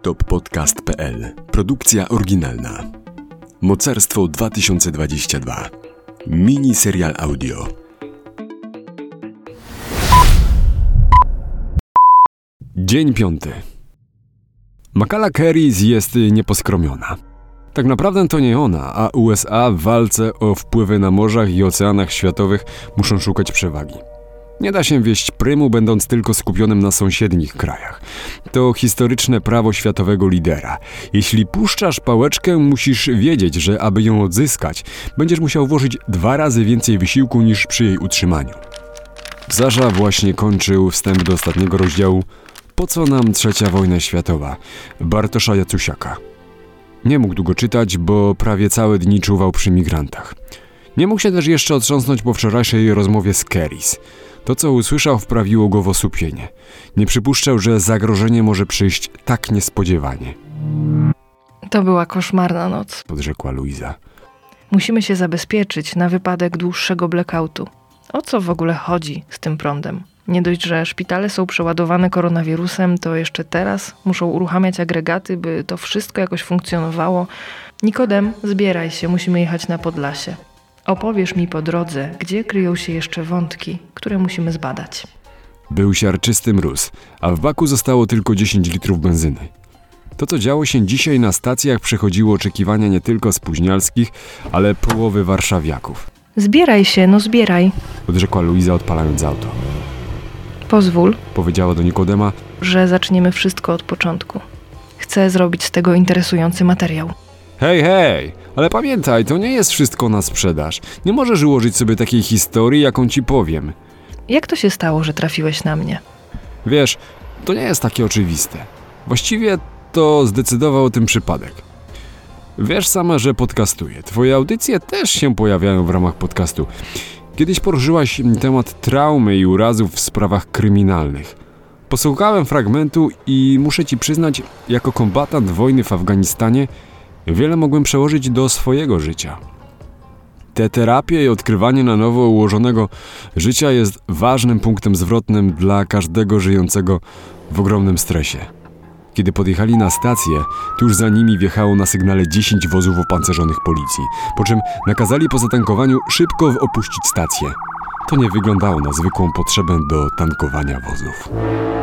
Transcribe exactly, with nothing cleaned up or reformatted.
top podcast kropka pe el. Produkcja oryginalna. Mocarstwo dwa tysiące dwadzieścia dwa. Mini serial audio. Dzień piąty. Makala Keris jest nieposkromiona. Tak naprawdę to nie ona, a U S A w walce o wpływy na morzach i oceanach światowych muszą szukać przewagi. Nie da się wieść prymu, będąc tylko skupionym na sąsiednich krajach. To historyczne prawo światowego lidera. Jeśli puszczasz pałeczkę, musisz wiedzieć, że aby ją odzyskać, będziesz musiał włożyć dwa razy więcej wysiłku niż przy jej utrzymaniu. Sasza właśnie kończył wstęp do ostatniego rozdziału Po co nam trzecia wojna światowa? Bartosza Jacusiaka. Nie mógł długo czytać, bo prawie całe dni czuwał przy migrantach. Nie mógł się też jeszcze otrząsnąć po wczorajszej rozmowie z Keris. To, co usłyszał, wprawiło go w osłupienie. Nie przypuszczał, że zagrożenie może przyjść tak niespodziewanie. To była koszmarna noc, podrzekła Luiza. Musimy się zabezpieczyć na wypadek dłuższego blackoutu. O co w ogóle chodzi z tym prądem? Nie dość, że szpitale są przeładowane koronawirusem, to jeszcze teraz muszą uruchamiać agregaty, by to wszystko jakoś funkcjonowało. Nikodem, zbieraj się, musimy jechać na Podlasie. Opowiesz mi po drodze, gdzie kryją się jeszcze wątki, które musimy zbadać. Był siarczysty mróz, a w baku zostało tylko dziesięć litrów benzyny. To, co działo się dzisiaj na stacjach, przechodziło oczekiwania nie tylko spóźnialskich, ale połowy warszawiaków. Zbieraj się, no zbieraj, odrzekła Luiza, odpalając auto. Pozwól, powiedziała do Nikodema, że zaczniemy wszystko od początku. Chcę zrobić z tego interesujący materiał. Hej, hej, ale pamiętaj, to nie jest wszystko na sprzedaż. Nie możesz ułożyć sobie takiej historii, jaką ci powiem. Jak to się stało, że trafiłeś na mnie? Wiesz, to nie jest takie oczywiste. Właściwie to zdecydował o tym przypadek. Wiesz sama, że podcastuję. Twoje audycje też się pojawiają w ramach podcastu. Kiedyś poruszyłaś temat traumy i urazów w sprawach kryminalnych. Posłuchałem fragmentu i muszę ci przyznać, jako kombatant wojny w Afganistanie, wiele mogłem przełożyć do swojego życia. Te terapie i odkrywanie na nowo ułożonego życia jest ważnym punktem zwrotnym dla każdego żyjącego w ogromnym stresie. Kiedy podjechali na stację, tuż za nimi wjechało na sygnale dziesięć wozów opancerzonych policji, po czym nakazali po zatankowaniu szybko opuścić stację. To nie wyglądało na zwykłą potrzebę do tankowania wozów.